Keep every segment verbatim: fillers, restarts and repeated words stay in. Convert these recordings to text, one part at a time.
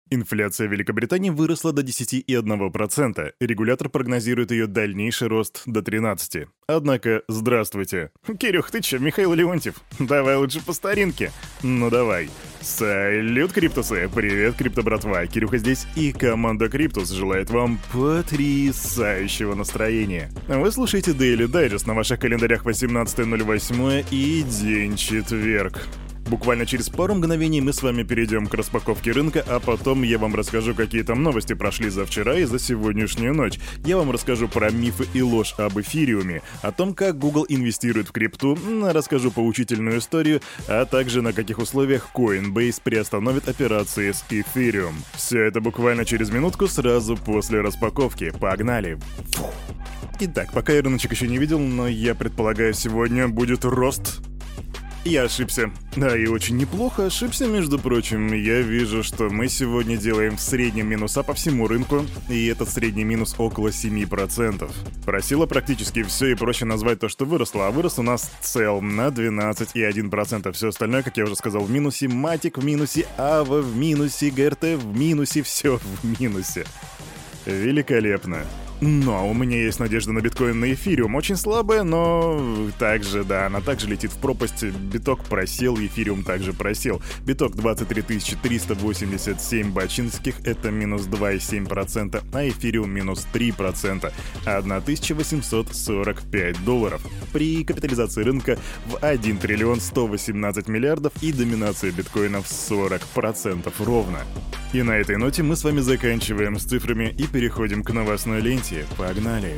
Инфляция в Великобритании выросла до десять целых одна десятая процента. Регулятор прогнозирует ее дальнейший рост до тринадцати процентов. Однако, здравствуйте. Кирюх, ты чё, Михаил Леонтьев? Давай лучше по старинке. Ну давай. Салют, Криптусы! Привет, Крипто-братва! Кирюха здесь, и команда Криптус желает вам потрясающего настроения. Вы слушаете Daily Digest на ваших календарях восемнадцатое ноль восьмое и день четверг. Буквально через пару мгновений мы с вами перейдем к распаковке рынка, а потом я вам расскажу, какие там новости прошли за вчера и за сегодняшнюю ночь. Я вам расскажу про мифы и ложь об эфириуме, о том, как Google инвестирует в крипту, расскажу поучительную историю, а также на каких условиях Coinbase приостановит операции с эфириум. Все это буквально через минутку сразу после распаковки. Погнали! Итак, пока я рыночек еще не видел, но я предполагаю, сегодня будет рост. Я ошибся. Да, и очень неплохо ошибся, между прочим. Я вижу, что мы сегодня делаем в среднем минуса по всему рынку, и этот средний минус около семи процентов. Просило практически все, и проще назвать то, что выросло. А вырос у нас цел на двенадцать целых одна десятая процента. Все остальное, как я уже сказал, в минусе. Матик в минусе, Ава в минусе, ГРТ в минусе, все в минусе. Великолепно. Но у меня есть надежда на биткоин, на эфириум. Очень слабая, но также, да, она также летит в пропасть. Биток просел, эфириум также просел. Биток двадцать три тысячи триста восемьдесят семь бачинских, это минус два целых семь десятых процента, а эфириум минус три процента, тысяча восемьсот сорок пять долларов. При капитализации рынка в один триллион сто восемнадцать миллиардов и доминация биткоина в сорок процентов ровно. И на этой ноте мы с вами заканчиваем с цифрами и переходим к новостной ленте. Погнали!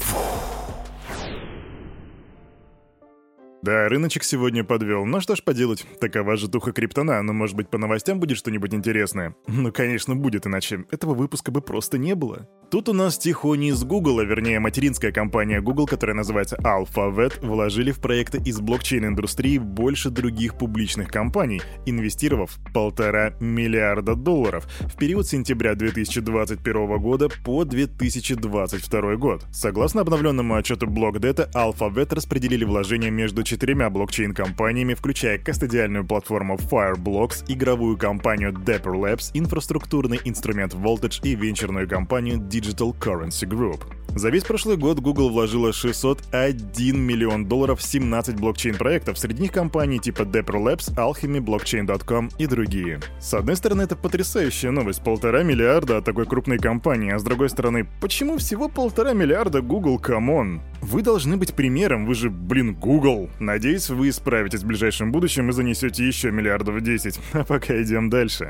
Да, рыночек сегодня подвел. Ну что ж поделать, такова же туха криптона, но может быть по новостям будет что-нибудь интересное? Ну конечно будет, иначе этого выпуска бы просто не было. Тут у нас тихони из Google, а вернее материнская компания Google, которая называется Alphabet, вложили в проекты из блокчейн-индустрии больше других публичных компаний, инвестировав полтора миллиарда долларов в период с сентября две тысячи двадцать первого года по две тысячи двадцать второй год. Согласно обновленному отчету BlockData, Alphabet распределили вложения между четырьмя блокчейн-компаниями, включая кастодиальную платформу Fireblocks, игровую компанию Dapper Labs, инфраструктурный инструмент Voltage и венчурную компанию Digital Currency Group. За весь прошлый год Google вложила шестьсот один миллион долларов в семнадцать блокчейн-проектов, среди них компании типа Dapper Labs, Alchemy, Blockchain точка ком и другие. С одной стороны, это потрясающая новость, полтора миллиарда от такой крупной компании, а с другой стороны, почему всего полтора миллиарда Google, камон? Вы должны быть примером, вы же, блин, Google. Надеюсь, вы справитесь в ближайшем будущем и занесете еще миллиардов десять. А пока идем дальше.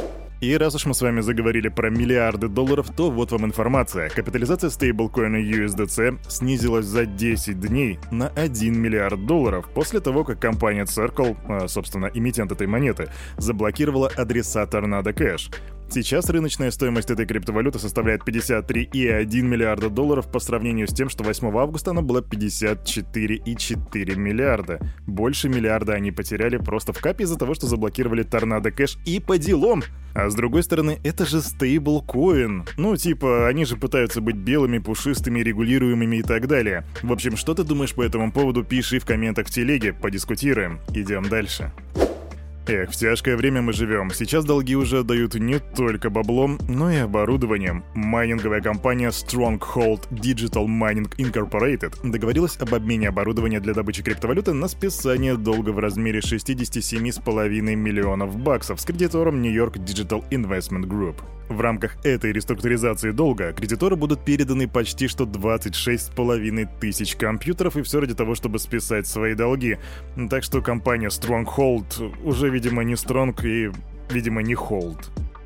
И раз уж мы с вами заговорили про миллиарды долларов, то вот вам информация. Капитализация стейблкоина ю эс ди си снизилась за десять дней на один миллиард долларов после того, как компания Circle, а, собственно, эмитент этой монеты, заблокировала адреса Tornado Cash. Сейчас рыночная стоимость этой криптовалюты составляет пятьдесят три целых один миллиарда долларов по сравнению с тем, что восьмого августа она была пятьдесят четыре целых четыре миллиарда. Больше миллиарда они потеряли просто в капе из-за того, что заблокировали Tornado Cash и по делам. А с другой стороны, это же стейблкоин. Ну, типа, они же пытаются быть белыми, пушистыми, регулируемыми и так далее. В общем, что ты думаешь по этому поводу, пиши в комментах в телеге, подискутируем. Идем дальше. Эх, в тяжкое время мы живем. Сейчас долги уже отдают не только баблом, но и оборудованием. Майнинговая компания Stronghold Digital Mining Incorporated договорилась об обмене оборудования для добычи криптовалюты на списание долга в размере шестьдесят семь целых пять десятых миллионов баксов с кредитором New York Digital Investment Group. В рамках этой реструктуризации долга кредитору будут переданы почти что двадцать шесть с половиной тысяч компьютеров, и все ради того, чтобы списать свои долги. Так что компания Stronghold уже, видимо, не Strong и, видимо, не Hold.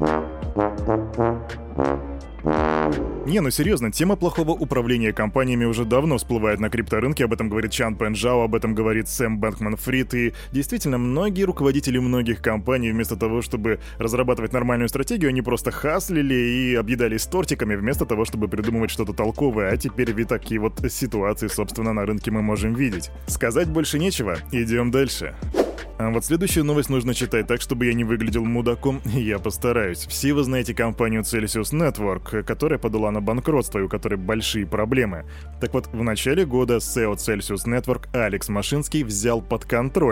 Не, ну серьезно, тема плохого управления компаниями уже давно всплывает на крипторынке, об этом говорит Чан Пен Жао, об этом говорит Сэм Бэнкман-Фрид, и действительно, многие руководители многих компаний вместо того, чтобы разрабатывать нормальную стратегию, они просто хаслили и объедались тортиками вместо того, чтобы придумывать что-то толковое, а теперь ведь такие вот ситуации, собственно, на рынке мы можем видеть. Сказать больше нечего, идем дальше. А вот следующую новость нужно читать так, чтобы я не выглядел мудаком, и я постараюсь. Все вы знаете компанию Celsius Network, которая подала на банкротство и у которой большие проблемы. Так вот, в начале года си и о Celsius Network Алекс Машинский взял под контроль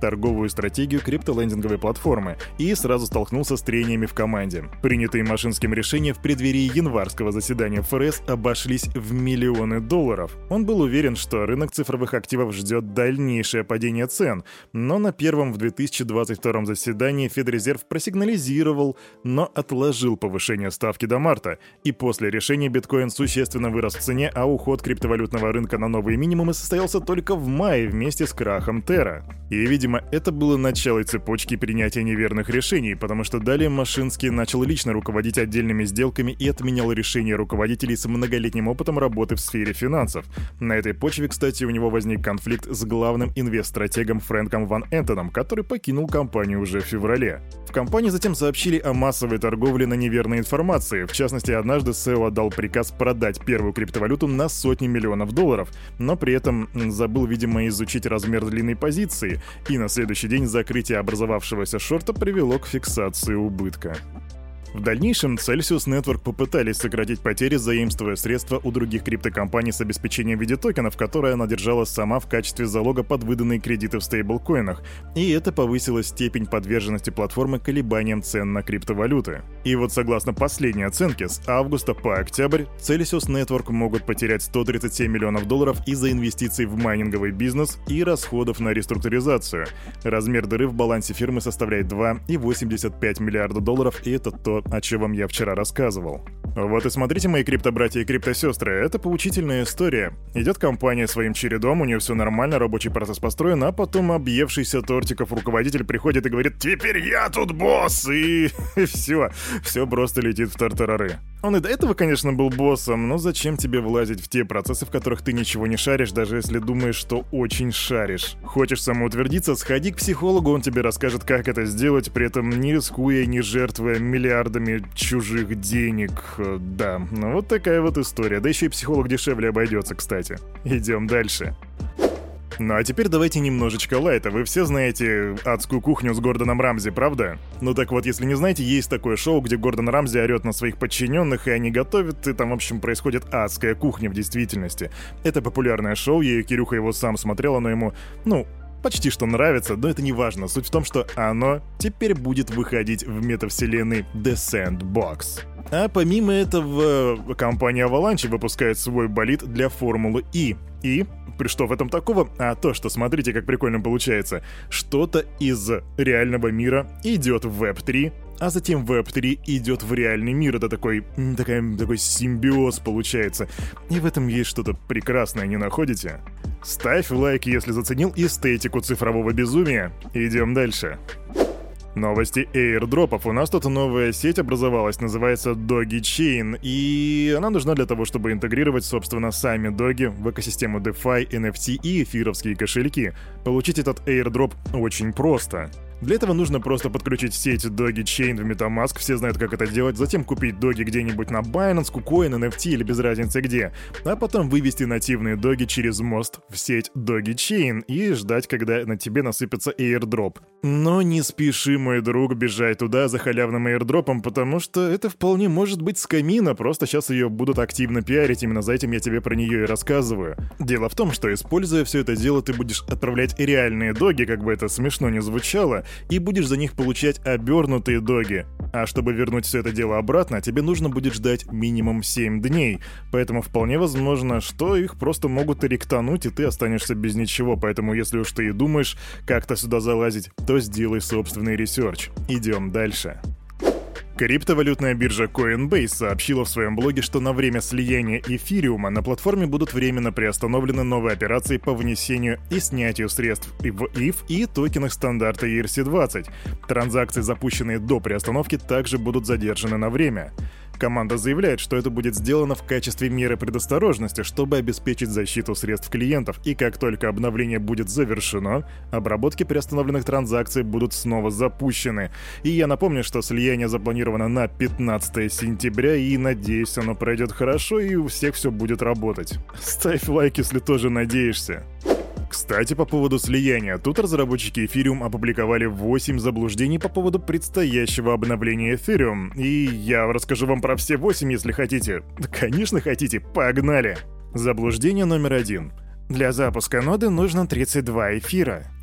торговую стратегию криптолендинговой платформы и сразу столкнулся с трениями в команде. Принятые Машинским решения в преддверии январского заседания эф эр эс обошлись в миллионы долларов. Он был уверен, что рынок цифровых активов ждет дальнейшее падение цен, но на первом в две тысячи двадцать втором заседании Федрезерв просигнализировал, но отложил повышение ставки до марта, и после решения биткоин существенно вырос в цене, а уход криптовалютного рынка на новые минимумы состоялся только в мае вместе с крахом Terra. И, видимо, это было начало цепочки принятия неверных решений, потому что далее Машинский начал лично руководить отдельными сделками и отменял решения руководителей с многолетним опытом работы в сфере финансов. На этой почве, кстати, у него возник конфликт с главным инвест-стратегом Фрэнком Ван Энтоном, который покинул компанию уже в феврале. В компании затем сообщили о массовой торговле на неверной информации. В частности, однажды эс и о отдал приказ продать первую криптовалюту на сотни миллионов долларов, но при этом забыл, видимо, изучить размер длинной позиции, и на следующий день закрытие образовавшегося шорта привело к фиксации убытка. В дальнейшем Celsius Network попытались сократить потери, заимствуя средства у других криптокомпаний с обеспечением в виде токенов, которые она держала сама в качестве залога под выданные кредиты в стейблкоинах, и это повысило степень подверженности платформы колебаниям цен на криптовалюты. И вот согласно последней оценке, с августа по октябрь Celsius Network могут потерять сто тридцать семь миллионов долларов из-за инвестиций в майнинговый бизнес и расходов на реструктуризацию. Размер дыры в балансе фирмы составляет два целых восемьдесят пять сотых миллиарда долларов, и это то, о чем вам я вчера рассказывал. Вот и смотрите, мои криптобратья и криптосестры, это поучительная история. Идет компания своим чередом, у нее все нормально, рабочий процесс построен, а потом объевшийся тортиков руководитель приходит и говорит: «Теперь я тут босс!» И все, все просто летит в тартарары. Он и до этого, конечно, был боссом, но зачем тебе влазить в те процессы, в которых ты ничего не шаришь, даже если думаешь, что очень шаришь? Хочешь самоутвердиться, сходи к психологу, он тебе расскажет, как это сделать, при этом не рискуя, не жертвуя миллиардами чужих денег. Да, ну вот такая вот история. Да еще и психолог дешевле обойдется, кстати. Идем дальше. Ну а теперь давайте немножечко лайта. Вы все знаете «Адскую кухню» с Гордоном Рамзи, правда? Ну так вот, если не знаете, есть такое шоу, где Гордон Рамзи орет на своих подчиненных, и они готовят, и там, в общем, происходит адская кухня в действительности. Это популярное шоу, я и Кирюха его сам смотрел, оно ему, ну, почти что нравится, но это не важно. Суть в том, что оно теперь будет выходить в метавселенной The Sandbox. А помимо этого, компания Avalanche выпускает свой болид для Формулы И. И что в этом такого? А то, что смотрите, как прикольно получается. Что-то из реального мира идет в веб три, а затем веб три идет в реальный мир. Это такой, такой, такой симбиоз получается. И в этом есть что-то прекрасное, не находите? Ставь лайк, если заценил эстетику цифрового безумия. Идем дальше. Новости эйрдропов. У нас тут новая сеть образовалась, называется Doge Chain, и она нужна для того, чтобы интегрировать, собственно, сами доги в экосистему DeFi, эн эф ти и эфировские кошельки. Получить этот эйрдроп очень просто. Для этого нужно просто подключить сеть Doge Chain в MetaMask, все знают, как это делать, затем купить доги где-нибудь на Binance, KuCoin, эн эф ти или без разницы где, а потом вывести нативные доги через мост в сеть Doge Chain и ждать, когда на тебе насыпется airdrop. Но не спеши, мой друг, бежать туда за халявным airdropом, потому что это вполне может быть скамина, просто сейчас ее будут активно пиарить, именно за этим я тебе про нее и рассказываю. Дело в том, что, используя все это дело, ты будешь отправлять реальные доги, как бы это смешно не звучало, и будешь за них получать обернутые доги. А чтобы вернуть все это дело обратно, тебе нужно будет ждать минимум семь дней. Поэтому вполне возможно, что их просто могут ректануть, и ты останешься без ничего. Поэтому если уж ты и думаешь как-то сюда залазить, то сделай собственный ресерч. Идем дальше. Криптовалютная биржа Coinbase сообщила в своем блоге, что на время слияния эфириума на платформе будут временно приостановлены новые операции по внесению и снятию средств в и эф и токенах стандарта и эр си двадцать. Транзакции, запущенные до приостановки, также будут задержаны на время. Команда заявляет, что это будет сделано в качестве меры предосторожности, чтобы обеспечить защиту средств клиентов, и как только обновление будет завершено, обработки приостановленных транзакций будут снова запущены. И я напомню, что слияние запланировано на пятнадцатое сентября, и надеюсь, оно пройдет хорошо, и у всех все будет работать. Ставь лайк, если тоже надеешься. Кстати, по поводу слияния. Тут разработчики Ethereum опубликовали восемь заблуждений по поводу предстоящего обновления Ethereum. И я расскажу вам про все восемь, если хотите. Конечно, хотите. Погнали! Заблуждение номер один. Для запуска ноды нужно тридцать два эфира.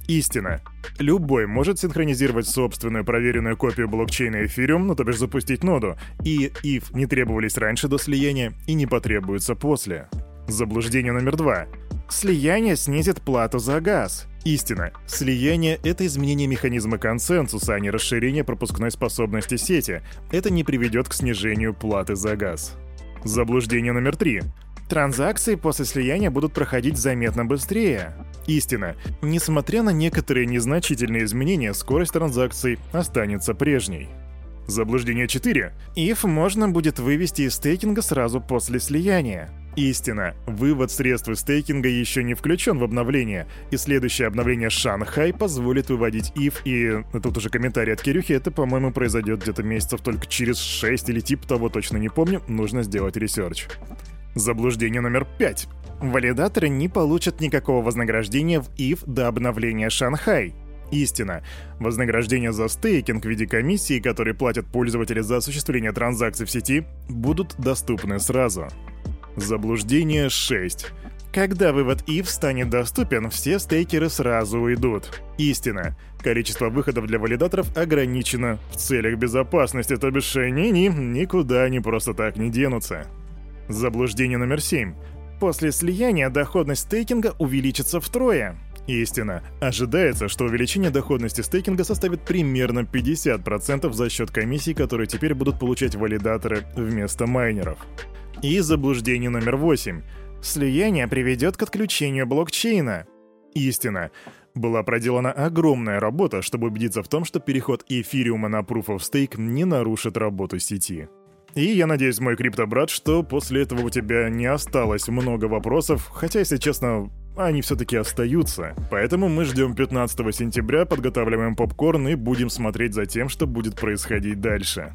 Истина. Любой может синхронизировать собственную проверенную копию блокчейна Ethereum, ну то бишь запустить ноду, и ив не требовались раньше до слияния и не потребуются после. Заблуждение номер два. Слияние снизит плату за газ. Истина. Слияние — это изменение механизма консенсуса, а не расширение пропускной способности сети. Это не приведет к снижению платы за газ. Заблуждение номер три. Транзакции после слияния будут проходить заметно быстрее. Истина. Несмотря на некоторые незначительные изменения, скорость транзакций останется прежней. Заблуждение четыре. ив можно будет вывести из стейкинга сразу после слияния. Истина. Вывод средств из стейкинга еще не включен в обновление, и следующее обновление Шанхай позволит выводить ив, и тут уже комментарий от Кирюхи, это, по-моему, произойдет где-то месяцев только через шесть или типа того, точно не помню, нужно сделать ресерч. Заблуждение номер пять. Валидаторы не получат никакого вознаграждения в ив до обновления Шанхай. Истина. Вознаграждения за стейкинг в виде комиссии, которые платят пользователи за осуществление транзакций в сети, будут доступны сразу. Заблуждение шесть. Когда вывод ив станет доступен, все стейкеры сразу уйдут. Истина. Количество выходов для валидаторов ограничено в целях безопасности, то бишь ни-ни, никуда они просто так не денутся. Заблуждение номер семь. После слияния доходность стейкинга увеличится втрое. Истина. Ожидается, что увеличение доходности стейкинга составит примерно пятьдесят процентов за счет комиссий, которые теперь будут получать валидаторы вместо майнеров. И заблуждение номер восемь. Слияние приведет к отключению блокчейна. Истина. Была проделана огромная работа, чтобы убедиться в том, что переход эфириума на Proof of Stake не нарушит работу сети. И я надеюсь, мой криптобрат, что после этого у тебя не осталось много вопросов, хотя, если честно, они все-таки остаются. Поэтому мы ждем пятнадцатого сентября, подготавливаем попкорн и будем смотреть за тем, что будет происходить дальше.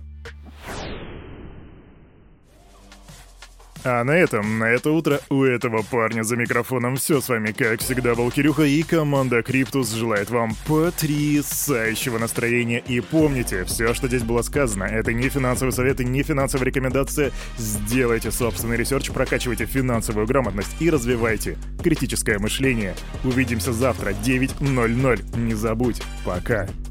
А на этом, на это утро у этого парня за микрофоном все. С вами, как всегда, был Кирюха, и команда Криптус желает вам потрясающего настроения. И помните, все, что здесь было сказано, это не финансовый совет и не финансовая рекомендация. Сделайте собственный ресерч, прокачивайте финансовую грамотность и развивайте критическое мышление. Увидимся завтра, девять ноль ноль. Не забудь. Пока.